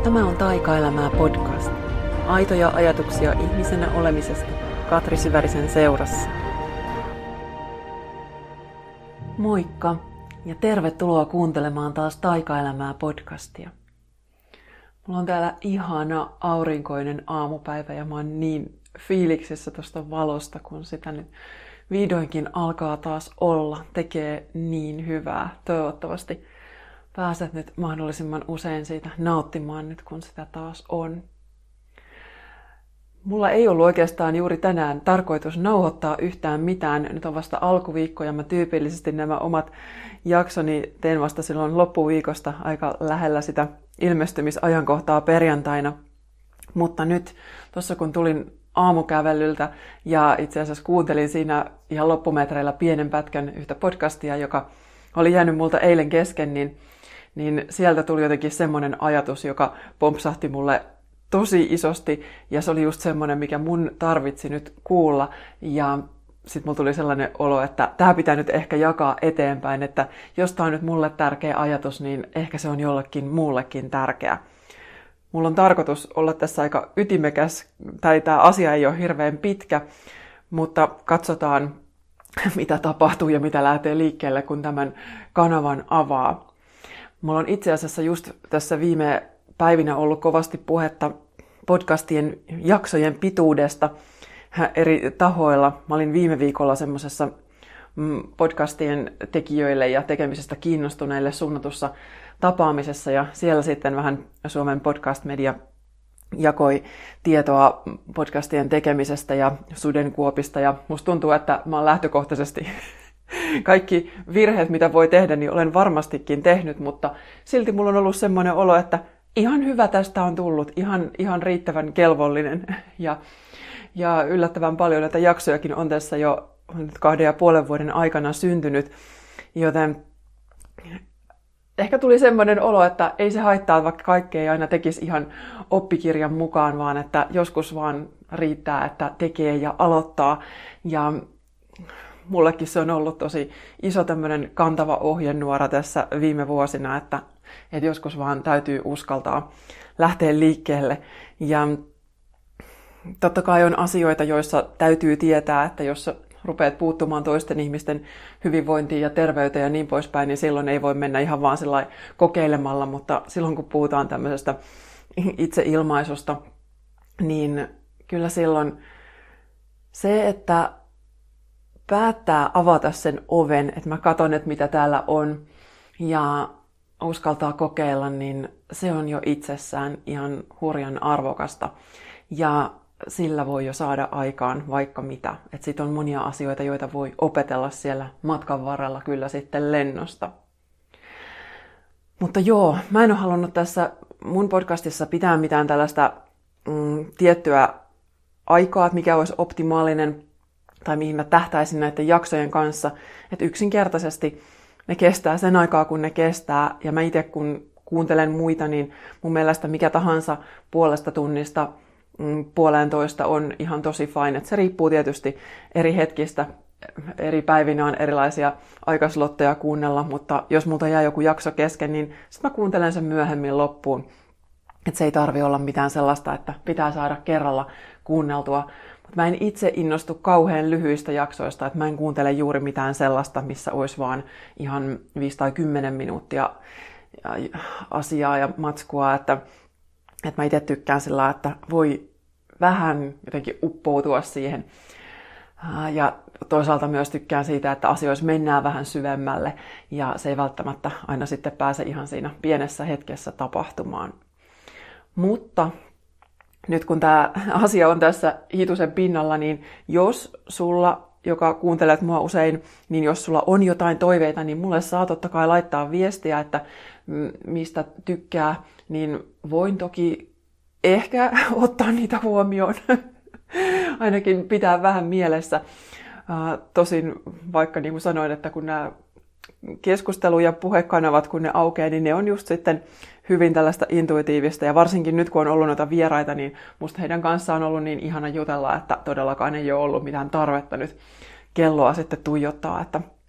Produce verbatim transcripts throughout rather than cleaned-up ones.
Tämä on Taikaelämää podcast. Aitoja ajatuksia ihmisenä olemisesta Katri Syvärisen seurassa. Moikka ja tervetuloa kuuntelemaan taas Taikaelämää podcastia. Mulla on täällä ihana aurinkoinen aamupäivä ja mä oon niin fiiliksissä tuosta valosta, kun sitä nyt vihdoinkin alkaa taas olla. Tekee niin hyvää. Toivottavasti pääset nyt mahdollisimman usein siitä nauttimaan nyt, kun sitä taas on. Mulla ei ollut oikeastaan juuri tänään tarkoitus nauhoittaa yhtään mitään. Nyt on vasta alkuviikko ja mä tyypillisesti nämä omat jaksoni teen vasta silloin loppuviikosta aika lähellä sitä ilmestymisajankohtaa perjantaina. Mutta nyt tuossa kun tulin aamukävelyltä ja itse asiassa kuuntelin siinä ihan loppumetreillä pienen pätkän yhtä podcastia, joka oli jäänyt multa eilen kesken, niin, niin sieltä tuli jotenkin semmoinen ajatus, joka pompsahti mulle tosi isosti ja se oli just semmoinen, mikä mun tarvitsi nyt kuulla ja sitten mulla tuli sellainen olo, että tämä pitää nyt ehkä jakaa eteenpäin, että jos tämä on nyt mulle tärkeä ajatus, niin ehkä se on jollekin muullekin tärkeä. Mulla on tarkoitus olla tässä aika ytimekäs, tai tämä asia ei ole hirveän pitkä, mutta katsotaan, mitä tapahtuu ja mitä lähtee liikkeelle, kun tämän kanavan avaa. Mulla on itse asiassa just tässä viime päivinä ollut kovasti puhetta podcastien jaksojen pituudesta eri tahoilla. Mä olin viime viikolla semmoisessa podcastien tekijöille ja tekemisestä kiinnostuneille suunnatussa tapaamisessa ja siellä sitten vähän Suomen podcast-media jakoi tietoa podcastien tekemisestä ja sudenkuopista ja musta tuntuu, että mä oon lähtökohtaisesti kaikki virheet, mitä voi tehdä, niin olen varmastikin tehnyt, mutta silti mulla on ollut semmoinen olo, että ihan hyvä tästä on tullut, ihan, ihan riittävän kelvollinen ja, ja yllättävän paljon näitä jaksojakin on tässä jo kahden ja puolen vuoden aikana syntynyt, joten ehkä tuli semmoinen olo, että ei se haittaa, vaikka kaikkea ei aina tekisi ihan oppikirjan mukaan, vaan että joskus vaan riittää, että tekee ja aloittaa. Ja mullekin se on ollut tosi iso tämmöinen kantava ohjenuora tässä viime vuosina, että, että joskus vaan täytyy uskaltaa lähteä liikkeelle. Ja totta kai on asioita, joissa täytyy tietää, että jos rupeat puuttumaan toisten ihmisten hyvinvointiin ja terveyteen ja niin poispäin, niin silloin ei voi mennä ihan vaan sillä kokeilemalla, mutta silloin kun puhutaan tämmöisestä itseilmaisusta, niin kyllä silloin se, että päättää avata sen oven, että mä katson, että mitä täällä on ja uskaltaa kokeilla, niin se on jo itsessään ihan hurjan arvokasta. Ja sillä voi jo saada aikaan vaikka mitä. Että sit on monia asioita, joita voi opetella siellä matkan varrella kyllä sitten lennosta. Mutta joo, mä en ole halunnut tässä mun podcastissa pitää mitään tällaista mm, tiettyä aikaa, että mikä olisi optimaalinen tai mihin mä tähtäisin näiden jaksojen kanssa. Että yksinkertaisesti ne kestää sen aikaa, kun ne kestää. Ja mä itse kun kuuntelen muita, niin mun mielestä mikä tahansa puolesta tunnista puolentoista on ihan tosi fine. Et se riippuu tietysti eri hetkistä. Eri päivinä on erilaisia aikaslotteja kuunnella, mutta jos multa jää joku jakso kesken, niin sitten mä kuuntelen sen myöhemmin loppuun. Et se ei tarvi olla mitään sellaista, että pitää saada kerralla kuunneltua. Mut mä en itse innostu kauhean lyhyistä jaksoista, että mä en kuuntele juuri mitään sellaista, missä olisi vaan ihan viisi tai kymmenen minuuttia asiaa ja matskua, että Että mä itse tykkään sillä, että voi vähän jotenkin uppoutua siihen. Ja toisaalta myös tykkään siitä, että asioissa mennään vähän syvemmälle. Ja se ei välttämättä aina sitten pääse ihan siinä pienessä hetkessä tapahtumaan. Mutta nyt kun tämä asia on tässä hitusen pinnalla, niin jos sulla, joka kuuntelet mua usein, niin jos sulla on jotain toiveita, niin mulle saa totta kai laittaa viestiä, että mistä tykkää, niin voin toki ehkä ottaa niitä huomioon. Ainakin pitää vähän mielessä. Tosin vaikka niin kuin sanoin, että kun nämä keskustelu- ja puhekanavat, kun ne aukeaa, niin ne on just sitten hyvin tällaista intuitiivista. Ja varsinkin nyt, kun on ollut noita vieraita, niin musta heidän kanssaan on ollut niin ihana jutella, että todellakaan ei ole ollut mitään tarvetta nyt kelloa sitten tuijottaa, että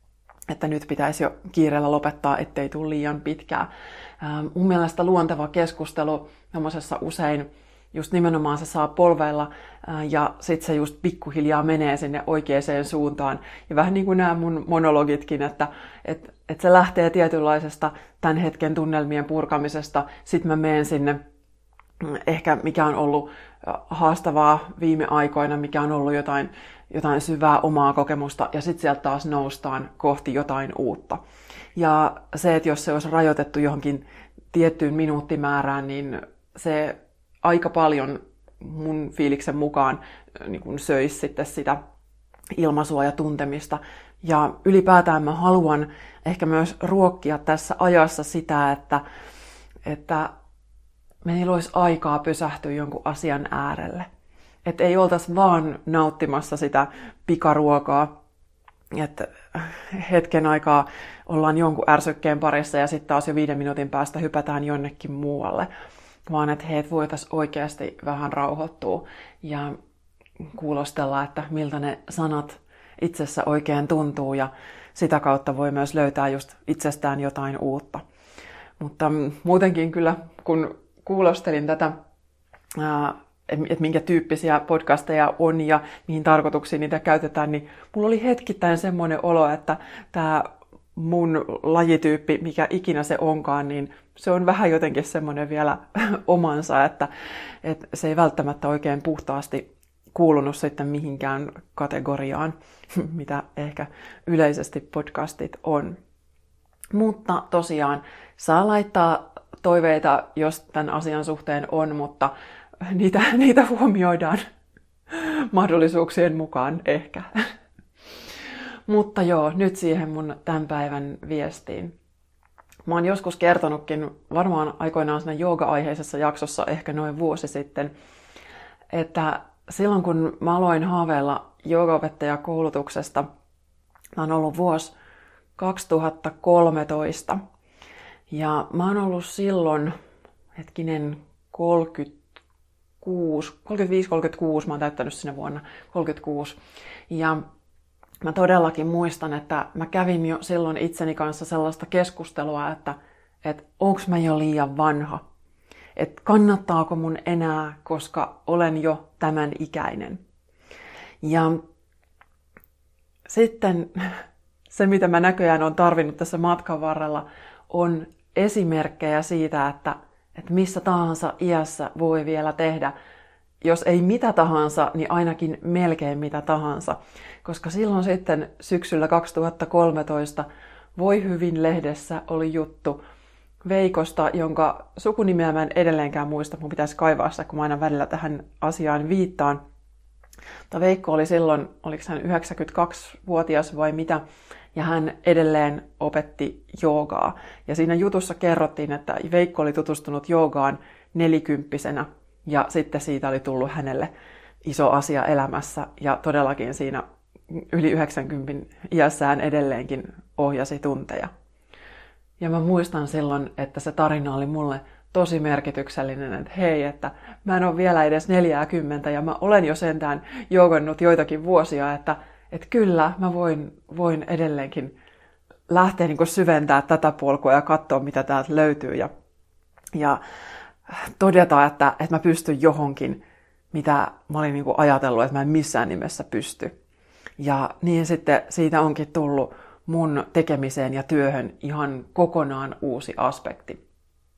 että nyt pitäisi jo kiireellä lopettaa, ettei tule liian pitkää. Mun mielestä luonteva keskustelu tommosessa usein just nimenomaan se saa polveilla ja sitten se just pikkuhiljaa menee sinne oikeaan suuntaan. Ja vähän niin kuin nämä mun monologitkin, että, että, että se lähtee tietynlaisesta tämän hetken tunnelmien purkamisesta. Sitten mä menen sinne ehkä mikä on ollut haastavaa viime aikoina, mikä on ollut jotain, jotain syvää omaa kokemusta ja sitten sieltä taas noustaan kohti jotain uutta. Ja se, että jos se olisi rajoitettu johonkin tiettyyn minuuttimäärään, niin se aika paljon mun fiiliksen mukaan niin kun söisi sitten sitä ilmaisua ja tuntemista. Ja ylipäätään mä haluan ehkä myös ruokkia tässä ajassa sitä, että, että meillä olisi aikaa pysähtyä jonkun asian äärelle. Että ei oltaisi vaan nauttimassa sitä pikaruokaa, että hetken aikaa ollaan jonkun ärsykkeen parissa ja sitten taas jo viiden minuutin päästä hypätään jonnekin muualle. Vaan että hei, voitaisiin oikeasti vähän rauhoittua ja kuulostella, että miltä ne sanat itsessä oikein tuntuu ja sitä kautta voi myös löytää just itsestään jotain uutta. Mutta muutenkin kyllä, kun kuulostelin tätä, että minkä tyyppisiä podcasteja on ja mihin tarkoituksiin niitä käytetään, niin mulla oli hetkittäin semmoinen olo, että tämä mun lajityyppi, mikä ikinä se onkaan, niin se on vähän jotenkin semmoinen vielä omansa, että, että se ei välttämättä oikein puhtaasti kuulunut sitten mihinkään kategoriaan, mitä ehkä yleisesti podcastit on. Mutta tosiaan saa laittaa toiveita, jos tämän asian suhteen on, mutta niitä, niitä huomioidaan mahdollisuuksien mukaan ehkä. Mutta joo, nyt siihen mun tämän päivän viestiin. Mä oon joskus kertonutkin, varmaan aikoinaan siinä jooga-aiheisessa jaksossa, ehkä noin vuosi sitten, että silloin kun mä aloin haaveilla joogaopettajakoulutuksesta, mä oon ollut vuosi kaksituhattakolmetoista. Ja mä oon ollut silloin, hetkinen, kolmekymmentäkuusi, kolmekymmentäviisi kolmekymmentäkuusi, mä oon täyttänyt sinä vuonna kolmekymmentäkuusi. Ja mä todellakin muistan, että mä kävin jo silloin itseni kanssa sellaista keskustelua, että, että onko mä jo liian vanha. Että kannattaako mun enää, koska olen jo tämän ikäinen. Ja sitten se, mitä mä näköjään on tarvinnut tässä matkan varrella, on esimerkkejä siitä, että, että missä tahansa iässä voi vielä tehdä, jos ei mitä tahansa, niin ainakin melkein mitä tahansa. Koska silloin sitten syksyllä kaksituhattakolmetoista Voi hyvin -lehdessä oli juttu Veikosta, jonka sukunimeä mä en edelleenkään muista, mun pitäisi kaivaa sitä, kun mä aina välillä tähän asiaan viittaan. Mutta Veikko oli silloin, oliko hän yhdeksänkymmentäkaksivuotias vai mitä, ja hän edelleen opetti joogaa. Ja siinä jutussa kerrottiin, että Veikko oli tutustunut joogaan nelikymppisenä, ja sitten siitä oli tullut hänelle iso asia elämässä, ja todellakin siinä yli yhdeksänkymmentä iässään edelleenkin ohjasi tunteja. Ja mä muistan silloin, että se tarina oli mulle tosi merkityksellinen, että hei, että mä en ole vielä edes neljäkymmentä ja mä olen jo sentään joogannut joitakin vuosia, että, että kyllä mä voin, voin edelleenkin lähteä niin kuin syventää tätä polkua ja katsoa, mitä täältä löytyy ja, ja todeta, että, että mä pystyn johonkin, mitä mä olin niin kuin ajatellut, että mä en missään nimessä pysty. Ja niin sitten siitä onkin tullut mun tekemiseen ja työhön ihan kokonaan uusi aspekti.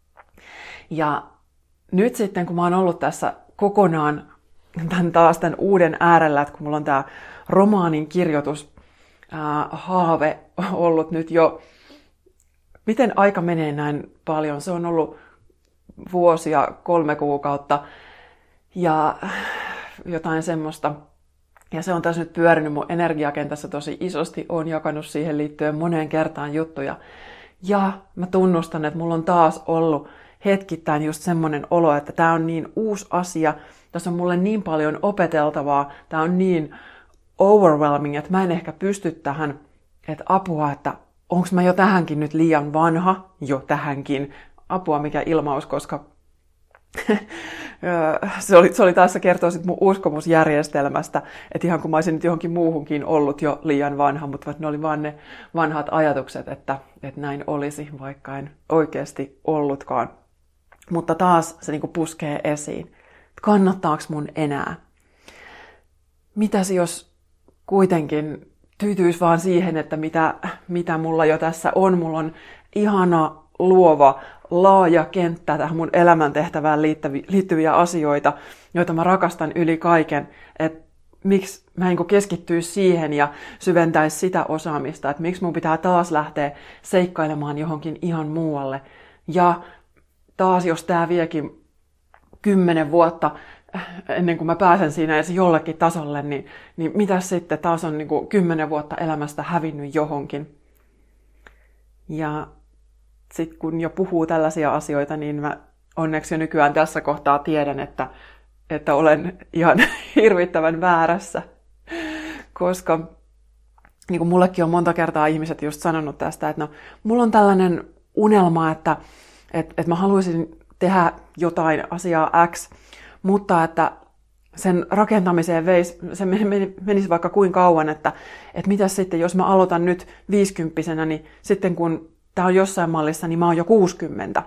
Ja nyt sitten, kun mä oon ollut tässä kokonaan tämän taas tämän uuden äärellä, että kun mulla on tämä romaanin kirjoitus ää, haave ollut nyt jo, miten aika menee näin paljon? Se on ollut vuosia, kolme kuukautta ja jotain semmoista. Ja se on tässä nyt pyörinyt mun energiakentässä tosi isosti. Oon jakanut siihen liittyen moneen kertaan juttuja. Ja mä tunnustan, että mulla on taas ollut hetkittäin just semmoinen olo, että tää on niin uusi asia. Tässä on mulle niin paljon opeteltavaa. Tää on niin overwhelming, että mä en ehkä pysty tähän. Että apua, että onko mä jo tähänkin nyt liian vanha? Jo tähänkin. Apua mikä ilmaus, koska se, oli, se oli taas se kertoo sit mun uskomusjärjestelmästä, että ihan kun mä olisin nyt johonkin muuhunkin ollut jo liian vanha, mutta ne oli vaan ne vanhat ajatukset, että, että näin olisi, vaikka en oikeasti ollutkaan. Mutta taas se niinku puskee esiin. Kannattaako mun enää? Mitäs jos kuitenkin tyytyisi vaan siihen, että mitä, mitä mulla jo tässä on. Mulla on ihana, luova, laaja kenttä tähän mun elämäntehtävään liittyviä asioita, joita mä rakastan yli kaiken. Että miksi mä en keskittyisi siihen ja syventäisi sitä osaamista, että miksi mun pitää taas lähteä seikkailemaan johonkin ihan muualle. Ja taas jos tää viekin kymmenen vuotta ennen kuin mä pääsen siinä edes jollekin tasolle, niin, niin mitäs sitten taas on niin kuin kymmenen vuotta elämästä hävinnyt johonkin. Ja sitten kun jo puhuu tällaisia asioita, niin mä onneksi jo nykyään tässä kohtaa tiedän, että, että olen ihan hirvittävän väärässä. Koska niin kuin mullekin on monta kertaa ihmiset just sanonut tästä, että no, mulla on tällainen unelma, että, että, että mä haluaisin tehdä jotain asiaa X, mutta että sen rakentamiseen veisi, se menisi vaikka kuin kauan, että, että mitäs sitten, jos mä aloitan nyt viisikymppisenä, niin sitten kun tämä on jossain mallissa, niin mä oon jo kuusikymmentä.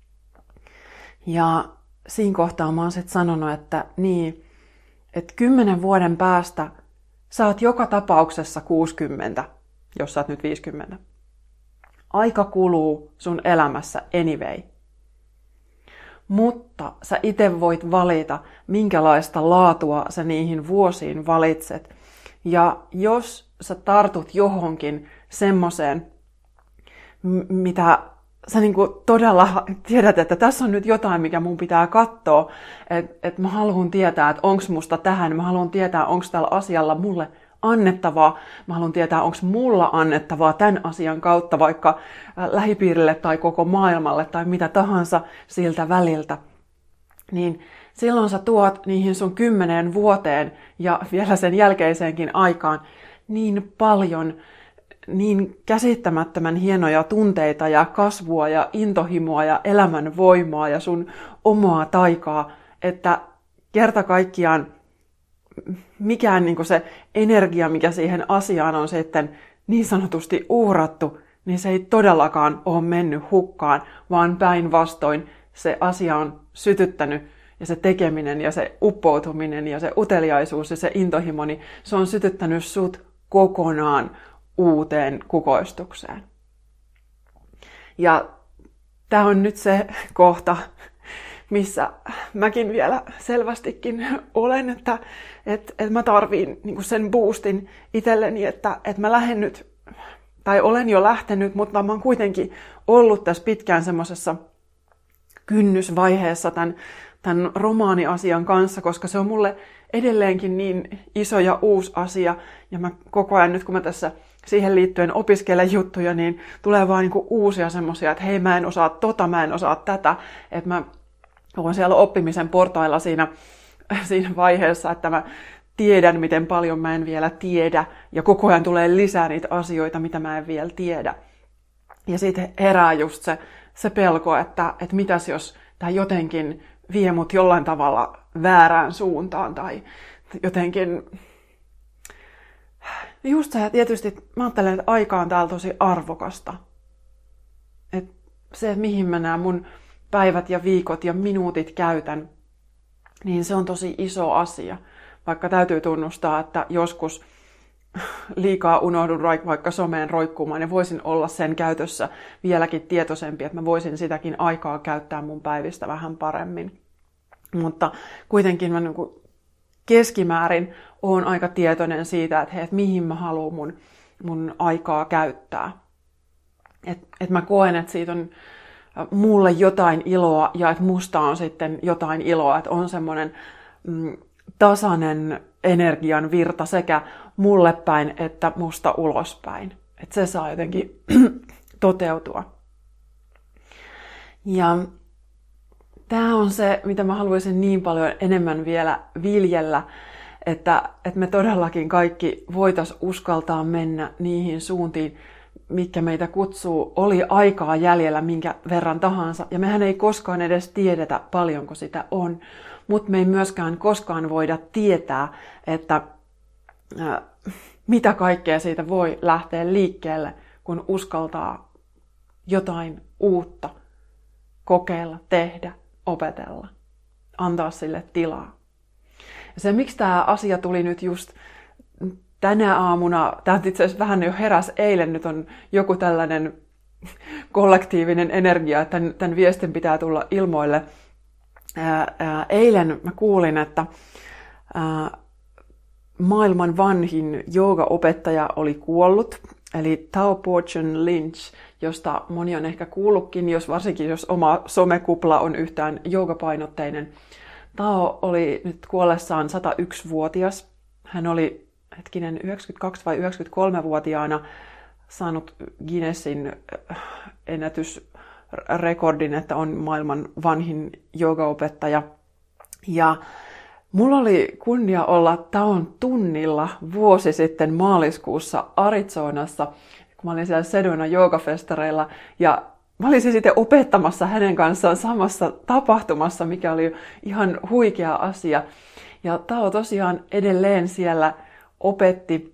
Ja siinä kohtaa mä oon sitten sanonut, että niin, että kymmenen vuoden päästä sä oot joka tapauksessa kuusikymmentä, jos sä oot nyt viisikymmentä. Aika kuluu sun elämässä anyway. Mutta sä itse voit valita, minkälaista laatua sä niihin vuosiin valitset. Ja jos sä tartut johonkin semmoseen, mitä sä niinku todella tiedät, että tässä on nyt jotain, mikä mun pitää katsoa, että et mä haluan tietää, että onks musta tähän, mä haluan tietää, onks tällä asialla mulle annettavaa, mä haluan tietää, onks mulla annettavaa tämän asian kautta vaikka lähipiirille tai koko maailmalle tai mitä tahansa siltä väliltä, niin silloin sä tuot niihin sun kymmeneen vuoteen ja vielä sen jälkeiseenkin aikaan niin paljon niin käsittämättömän hienoja tunteita ja kasvua ja intohimoa ja elämän voimaa ja sun omaa taikaa, että kerta kaikkiaan mikään niin kuin se energia, mikä siihen asiaan on sitten niin sanotusti uhrattu, niin se ei todellakaan ole mennyt hukkaan, vaan päinvastoin se asia on sytyttänyt ja se tekeminen ja se uppoutuminen ja se uteliaisuus ja se intohimo, niin se on sytyttänyt sut kokonaan uuteen kukoistukseen. Ja tämä on nyt se kohta, missä mäkin vielä selvästikin olen, että, että, että mä tarviin niin kuin sen boostin itselleni, että, että mä lähden nyt, tai olen jo lähtenyt, mutta mä oon kuitenkin ollut tässä pitkään semmoisessa kynnysvaiheessa tämän, tämän romaaniasian kanssa, koska se on mulle edelleenkin niin iso ja uusi asia, ja mä koko ajan nyt kun mä tässä siihen liittyen opiskelen juttuja, niin tulee vaan niin kuin uusia semmoisia, että hei mä en osaa tota, mä en osaa tätä, että mä olen siellä oppimisen portailla siinä, siinä vaiheessa, että mä tiedän, miten paljon mä en vielä tiedä, ja koko ajan tulee lisää niitä asioita, mitä mä en vielä tiedä. Ja sitten herää just se, se pelko, että, että mitäs jos tämä jotenkin vie mut jollain tavalla väärään suuntaan, tai jotenkin just se, tietysti mä ajattelen, että aika on täällä tosi arvokasta. Et se, että mihin mä nämä mun päivät ja viikot ja minuutit käytän, niin se on tosi iso asia. Vaikka täytyy tunnustaa, että joskus liikaa unohdun vaikka someen roikkumaan ja voisin olla sen käytössä vieläkin tietoisempi, että mä voisin sitäkin aikaa käyttää mun päivistä vähän paremmin. Mutta kuitenkin mä niin kuin keskimäärin oon aika tietoinen siitä, että, hei, että mihin mä haluan mun, mun aikaa käyttää. Että et mä koen, että siitä on mulle jotain iloa ja että musta on sitten jotain iloa, että on semmoinen mm, tasainen energian virta sekä mulle päin että musta ulospäin. Että se saa jotenkin toteutua. Ja tämä on se, mitä mä haluaisin niin paljon enemmän vielä viljellä, että, että me todellakin kaikki voitaisiin uskaltaa mennä niihin suuntiin, mitkä meitä kutsuu, oli aikaa jäljellä minkä verran tahansa. Ja mehän ei koskaan edes tiedetä, paljonko sitä on. Mutta me ei myöskään koskaan voida tietää, että äh, mitä kaikkea siitä voi lähteä liikkeelle, kun uskaltaa jotain uutta kokeilla, tehdä, opetella, antaa sille tilaa. Ja se, miksi tämä asia tuli nyt just tänä aamuna, tämä itse asiassa vähän jo heräsi eilen, nyt on joku tällainen kollektiivinen energia, että tämän, tämän viestin pitää tulla ilmoille. Ää, ää, eilen mä kuulin, että ää, maailman vanhin joogaopettaja oli kuollut, eli Tao Porchon Lynch, josta moni on ehkä kuullutkin, jos varsinkin jos oma somekupla on yhtään joogapainotteinen. Tao oli nyt kuollessaan sata yksi-vuotias. Hän oli hetkinen yhdeksänkymmentäkaksi- vai yhdeksänkymmentäkolme-vuotiaana saanut Guinnessin ennätysrekordin, että on maailman vanhin joogaopettaja. Ja mulla oli kunnia olla Taon tunnilla vuosi sitten maaliskuussa Arizonassa, kun mä olin siellä Sedona joogafestareilla, ja mä olin sitten opettamassa hänen kanssaan samassa tapahtumassa, mikä oli ihan huikea asia. Ja Tao tosiaan edelleen siellä opetti.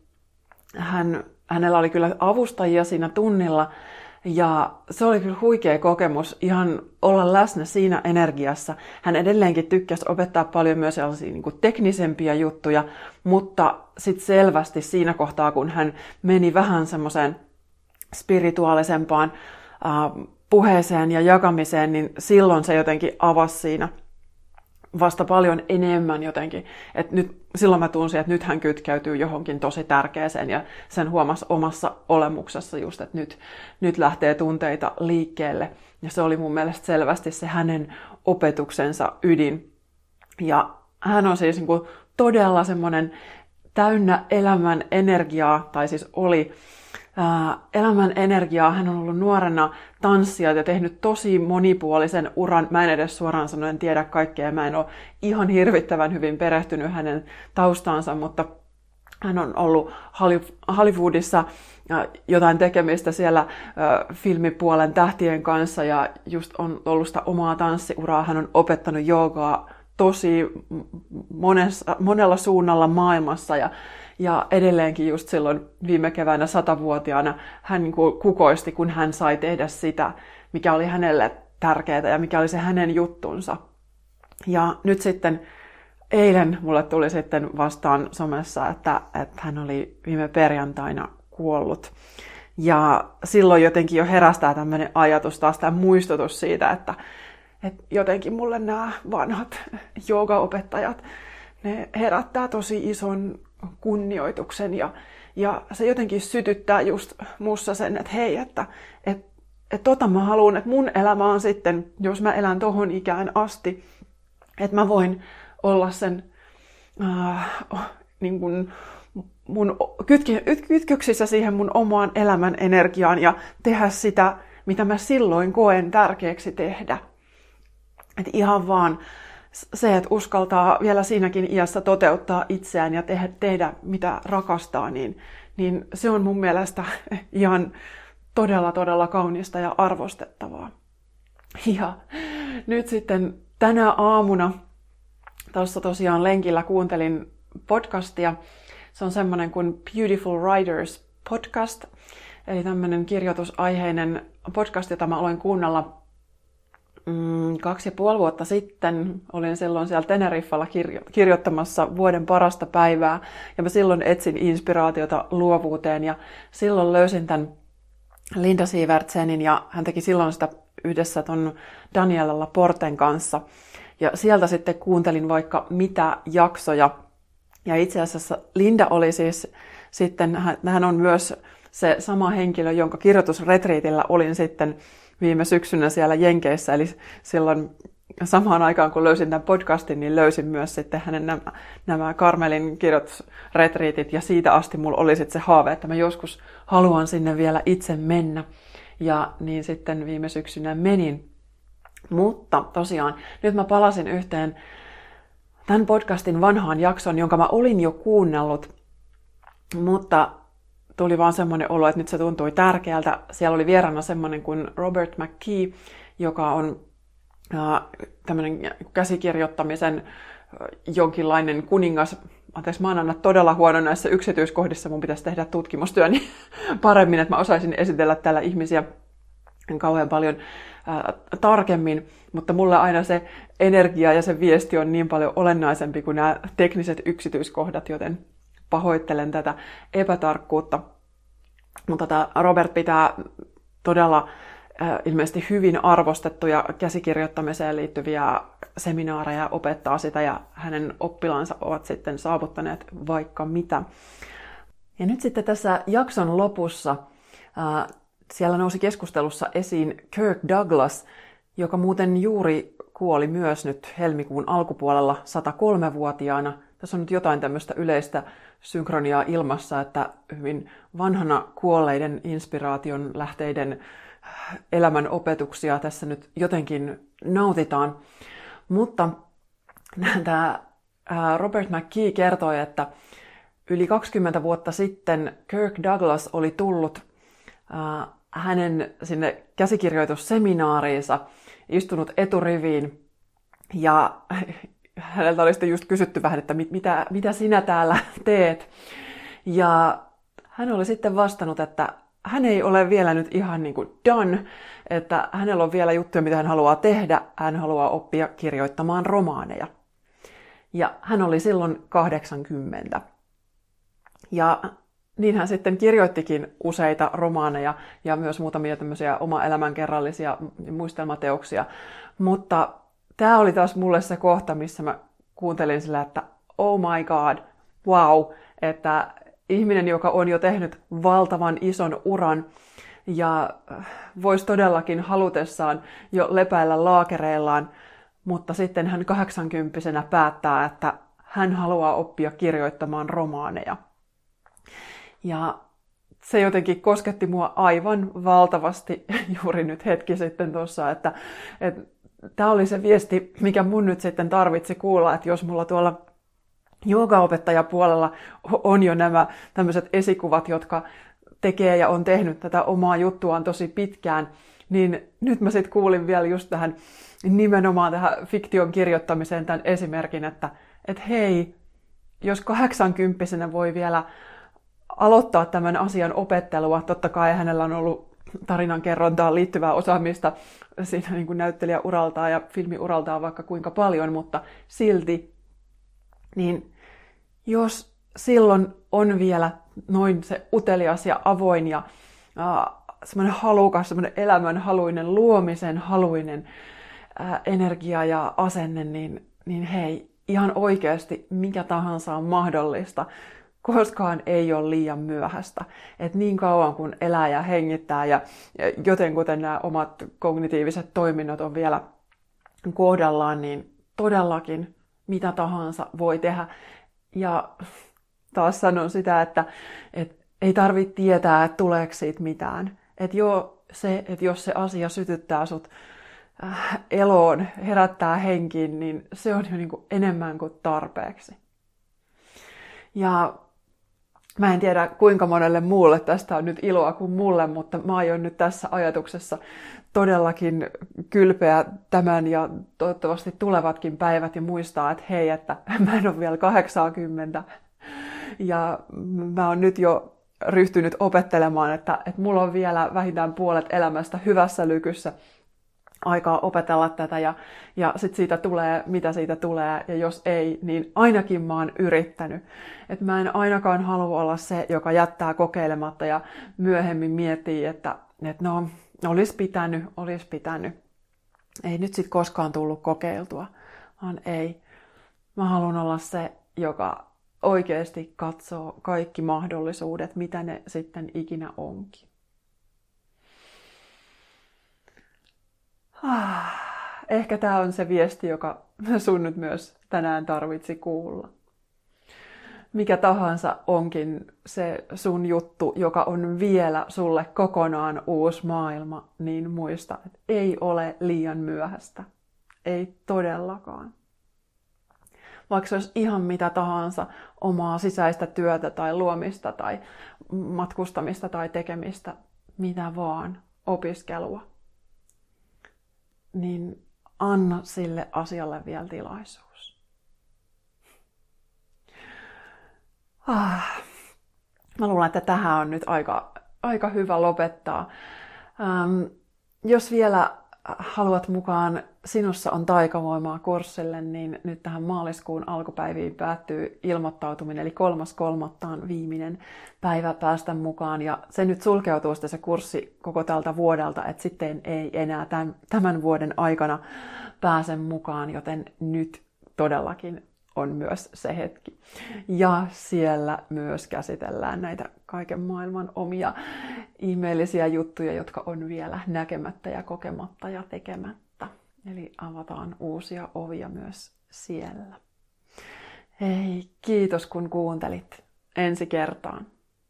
Hän, hänellä oli kyllä avustajia siinä tunnilla, ja se oli kyllä huikea kokemus ihan olla läsnä siinä energiassa. Hän edelleenkin tykkäsi opettaa paljon myös sellaisia niin kuin teknisempiä juttuja, mutta sitten selvästi siinä kohtaa, kun hän meni vähän semmoiseen spirituaalisempaan äh, puheeseen ja jakamiseen, niin silloin se jotenkin avasi siinä vasta paljon enemmän jotenkin. Et nyt, silloin mä tunsin, että nyt hän kytkeytyy johonkin tosi tärkeäseen ja sen huomasi omassa olemuksessa just, että nyt, nyt lähtee tunteita liikkeelle. Ja se oli mun mielestä selvästi se hänen opetuksensa ydin. Ja hän on siis niin kuin todella semmoinen täynnä elämän energiaa, tai siis oli ää, elämän energiaa. Hän on ollut nuorena tanssija ja tehnyt tosi monipuolisen uran. Mä en edes suoraan sanoen tiedä kaikkea. Mä en ole ihan hirvittävän hyvin perehtynyt hänen taustaansa, mutta hän on ollut Hollywoodissa jotain tekemistä siellä filmipuolen tähtien kanssa ja just on ollut sitä omaa tanssiuraa. Hän on opettanut joogaa tosi monessa, monella suunnalla maailmassa ja, ja edelleenkin just silloin viime keväänä satavuotiaana hän niin kuin kukoisti, kun hän sai tehdä sitä, mikä oli hänelle tärkeää ja mikä oli se hänen juttunsa. Ja nyt sitten eilen mulle tuli sitten vastaan somessa, että, että hän oli viime perjantaina kuollut. Ja silloin jotenkin jo herästää tämmöinen ajatus, taas tämä muistutus siitä, että, että jotenkin mulle nämä vanhat joogaopettajat, ne herättää tosi ison kunnioituksen ja, ja se jotenkin sytyttää just mussa sen, että hei, että, että, että tota mä haluan, että mun elämä on sitten, jos mä elän tohon ikään asti, että mä voin olla sen äh, niin kuin mun kytky, kytköksissä siihen mun omaan elämän energiaan ja tehdä sitä, mitä mä silloin koen tärkeäksi tehdä. Et ihan vaan se, että uskaltaa vielä siinäkin iässä toteuttaa itseään ja tehdä, tehdä mitä rakastaa, niin, niin se on mun mielestä ihan todella, todella kaunista ja arvostettavaa. Ja nyt sitten tänä aamuna tuossa tosiaan lenkillä kuuntelin podcastia. Se on semmoinen kuin Beautiful Writers podcast, eli tämmöinen kirjoitusaiheinen podcast, jota mä aloin kuunnella mm, kaksi ja puoli vuotta sitten. Olin silloin siellä Teneriffalla kirjo- kirjoittamassa vuoden parasta päivää, ja mä silloin etsin inspiraatiota luovuuteen, ja silloin löysin tämän Linda Sivertsenin, ja hän teki silloin sitä yhdessä ton Daniela Laporten kanssa. Ja sieltä sitten kuuntelin vaikka mitä jaksoja. Ja itse asiassa Linda oli siis sitten, hän on myös se sama henkilö, jonka kirjoitusretriitillä olin sitten viime syksynä siellä Jenkeissä. Eli silloin samaan aikaan, kun löysin tämän podcastin, niin löysin myös sitten hänen nämä, nämä Karmelin kirjoitusretriitit. Ja siitä asti mulla oli sitten se haave, että mä joskus haluan sinne vielä itse mennä. Ja niin sitten viime syksynä menin. Mutta tosiaan, nyt mä palasin yhteen tämän podcastin vanhaan jakson, jonka mä olin jo kuunnellut, mutta tuli vaan semmoinen olo, että nyt se tuntui tärkeältä. Siellä oli vieraana semmoinen kuin Robert McKee, joka on äh, tämmöinen käsikirjoittamisen äh, jonkinlainen kuningas. Anteeksi, mä oon aina todella huono näissä yksityiskohdissa. Mun pitäisi tehdä tutkimustyöni paremmin, että mä osaisin esitellä täällä ihmisiä kauhean paljon ää, tarkemmin, mutta mulle aina se energia ja se viesti on niin paljon olennaisempi kuin nämä tekniset yksityiskohdat, joten pahoittelen tätä epätarkkuutta. Mutta tämä Robert pitää todella ää, ilmeisesti hyvin arvostettuja käsikirjoittamiseen liittyviä seminaareja, opettaa sitä ja hänen oppilaansa ovat sitten saavuttaneet vaikka mitä. Ja nyt sitten tässä jakson lopussa ää, siellä nousi keskustelussa esiin Kirk Douglas, joka muuten juuri kuoli myös nyt helmikuun alkupuolella satakolmevuotiaana. Tässä on nyt jotain tämmöistä yleistä synkroniaa ilmassa, että hyvin vanhana kuolleiden inspiraation lähteiden elämän opetuksia tässä nyt jotenkin nautitaan. Mutta tämä Robert McKee kertoi, että yli kaksikymmentä vuotta sitten Kirk Douglas oli tullut hänen sinne käsikirjoitusseminaariinsa, istunut eturiviin ja häneltä oli sitten just kysytty vähän, että mitä, mitä sinä täällä teet. Ja hän oli sitten vastannut, että hän ei ole vielä nyt ihan niin kuin done, että hänellä on vielä juttuja, mitä hän haluaa tehdä. Hän haluaa oppia kirjoittamaan romaaneja. Ja hän oli silloin kahdeksankymmentä. Ja niin hän sitten kirjoittikin useita romaaneja ja myös muutamia tämmöisiä oma elämänkerrallisia muistelmateoksia. Mutta tämä oli taas mulle se kohta, missä mä kuuntelin sillä, että oh my god, wow, että ihminen, joka on jo tehnyt valtavan ison uran ja voisi todellakin halutessaan jo lepäillä laakereillaan, mutta sitten hän kahdeksankymppisenä päättää, että hän haluaa oppia kirjoittamaan romaaneja. Ja se jotenkin kosketti mua aivan valtavasti juuri nyt hetki sitten tuossa, että, että tämä oli se viesti, mikä mun nyt sitten tarvitsi kuulla, että jos mulla tuolla joogaopettajapuolella on jo nämä tämmöiset esikuvat, jotka tekee ja on tehnyt tätä omaa juttuaan tosi pitkään, niin nyt mä sitten kuulin vielä just tähän nimenomaan tähän fiktion kirjoittamiseen tämän esimerkin, että, että hei, jos kahdeksankymppisenä voi vielä aloittaa tämän asian opettelua. Totta kai hänellä on ollut tarinankerrontaan liittyvää osaamista siinä niin kuin näyttelijäuraltaan ja filmiuraltaan vaikka kuinka paljon, mutta silti, niin jos silloin on vielä noin se utelias ja avoin ja äh, semmoinen halukas, semmoinen elämänhaluinen, luomisen haluinen äh, energia ja asenne, niin, niin hei, ihan oikeasti mikä tahansa on mahdollista. Koskaan ei ole liian myöhäistä. Et niin kauan kun elää ja hengittää ja jotenkuten nämä omat kognitiiviset toiminnot on vielä kohdallaan, niin todellakin mitä tahansa voi tehdä. Ja taas sanon sitä, että et ei tarvitse tietää, että tuleeko siitä mitään. Että jo se, että jos se asia sytyttää sut eloon, herättää henkiin, niin se on jo niin kuin enemmän kuin tarpeeksi. Ja mä en tiedä, kuinka monelle muulle tästä on nyt iloa kuin mulle, mutta mä aion nyt tässä ajatuksessa todellakin kylpeä tämän ja toivottavasti tulevatkin päivät ja muistaa, että hei, että mä en ole vielä kahdeksankymmentä. Ja mä oon nyt jo ryhtynyt opettelemaan, että, että mulla on vielä vähintään puolet elämästä hyvässä lykyssä aikaa opetella tätä ja, ja sitten siitä tulee, mitä siitä tulee, ja jos ei, niin ainakin mä oon yrittänyt. Et mä en ainakaan halua olla se, joka jättää kokeilematta ja myöhemmin miettii, että, että no, olis pitänyt, olis pitänyt. Ei nyt sit koskaan tullut kokeiltua, vaan ei. Mä haluan olla se, joka oikeasti katsoo kaikki mahdollisuudet, mitä ne sitten ikinä onkin. Ehkä tämä on se viesti, joka sun nyt myös tänään tarvitsi kuulla. Mikä tahansa onkin se sun juttu, joka on vielä sulle kokonaan uusi maailma, niin muista, että ei ole liian myöhäistä. Ei todellakaan. vaikka se olisi ihan mitä tahansa, omaa sisäistä työtä tai luomista tai matkustamista tai tekemistä, mitä vaan, opiskelua, niin anna sille asialle vielä tilaisuus. Ah. Mä luulen, että tähän on nyt aika, aika hyvä lopettaa. Ähm, jos vielä haluat mukaan Sinussa on taikavoimaa -kurssille, niin nyt tähän maaliskuun alkupäiviin päättyy ilmoittautuminen, eli kolmas kolmatta on viimeinen päivä päästä mukaan. Ja se nyt sulkeutuu sitten se kurssi koko tältä vuodelta, että sitten ei enää tämän, tämän vuoden aikana pääse mukaan, joten nyt todellakin on myös se hetki. Ja siellä myös käsitellään näitä kaiken maailman omia ihmeellisiä juttuja, jotka on vielä näkemättä ja kokematta ja tekemättä. Eli avataan uusia ovia myös siellä. Hei, kiitos kun kuuntelit. Ensi kertaan.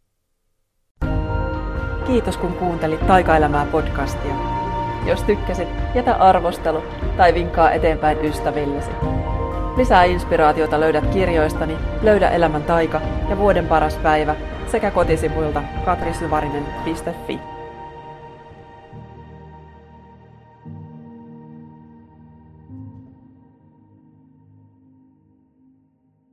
Kiitos kun kuuntelit Taikaelämää podcastia. Jos tykkäsit, jätä arvostelu tai vinkkaa eteenpäin ystävillesi. Lisää inspiraatiota löydät kirjoistani Löydä elämän taika ja Vuoden paras päivä sekä kotisivuilta katrisyvarinen piste fi.